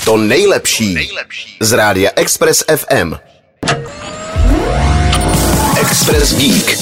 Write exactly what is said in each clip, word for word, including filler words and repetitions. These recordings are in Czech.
To nejlepší z rádia Express F M. Express Geek.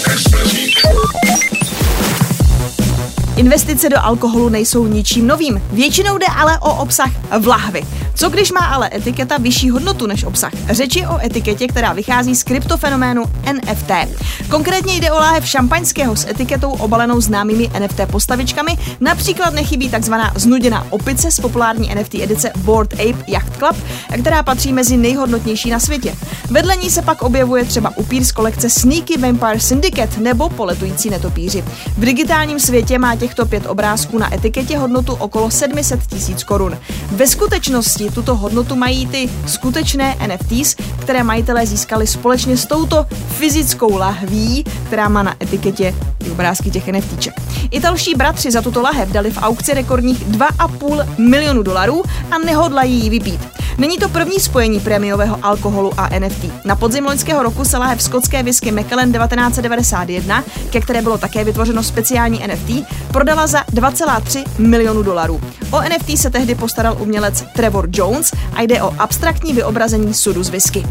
Investice do alkoholu nejsou ničím novým. Většinou jde ale o obsah v lahvi. Co když má ale etiketa vyšší hodnotu než obsah? Řeč je o etiketě, která vychází z kryptofenoménu N F T. Konkrétně jde o láhev šampaňského s etiketou obalenou známými N F T postavičkami. Například nechybí takzvaná znuděná opice z populární N F T edice Bored Ape Yacht Club, která patří mezi nejhodnotnější na světě. Vedle ní se pak objevuje třeba upír z kolekce Sneaky Vampire Syndicate nebo poletující netopíři. V digitálním světě má těchto pět obrázků na etiketě hodnotu okolo sedm set tisíc korun. Ve skutečnosti tuto hodnotu mají ty skutečné N F Ts, které majitelé získali společně s touto fyzickou lahví, která má na etiketě ty obrázky těch NFTček. Italští bratři za tuto lahev dali v aukci rekordních dva a půl milionu dolarů a nehodlají ji vypít. Není to první spojení prémiového alkoholu a N F T. Na podzim loňského roku se lahev skotské whisky Macallan devatenáct set devadesát jedna, ke které bylo také vytvořeno speciální N F T, prodala za dva celá tři milionu dolarů. O N F T se tehdy postaral umělec Trevor Jones a jde o abstraktní vyobrazení sudu z whisky.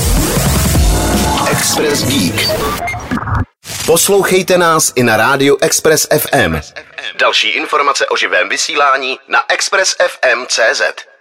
Express Geek. Poslouchejte nás i na rádiu Express F M. Další informace o živém vysílání na express f m tečka cé zet.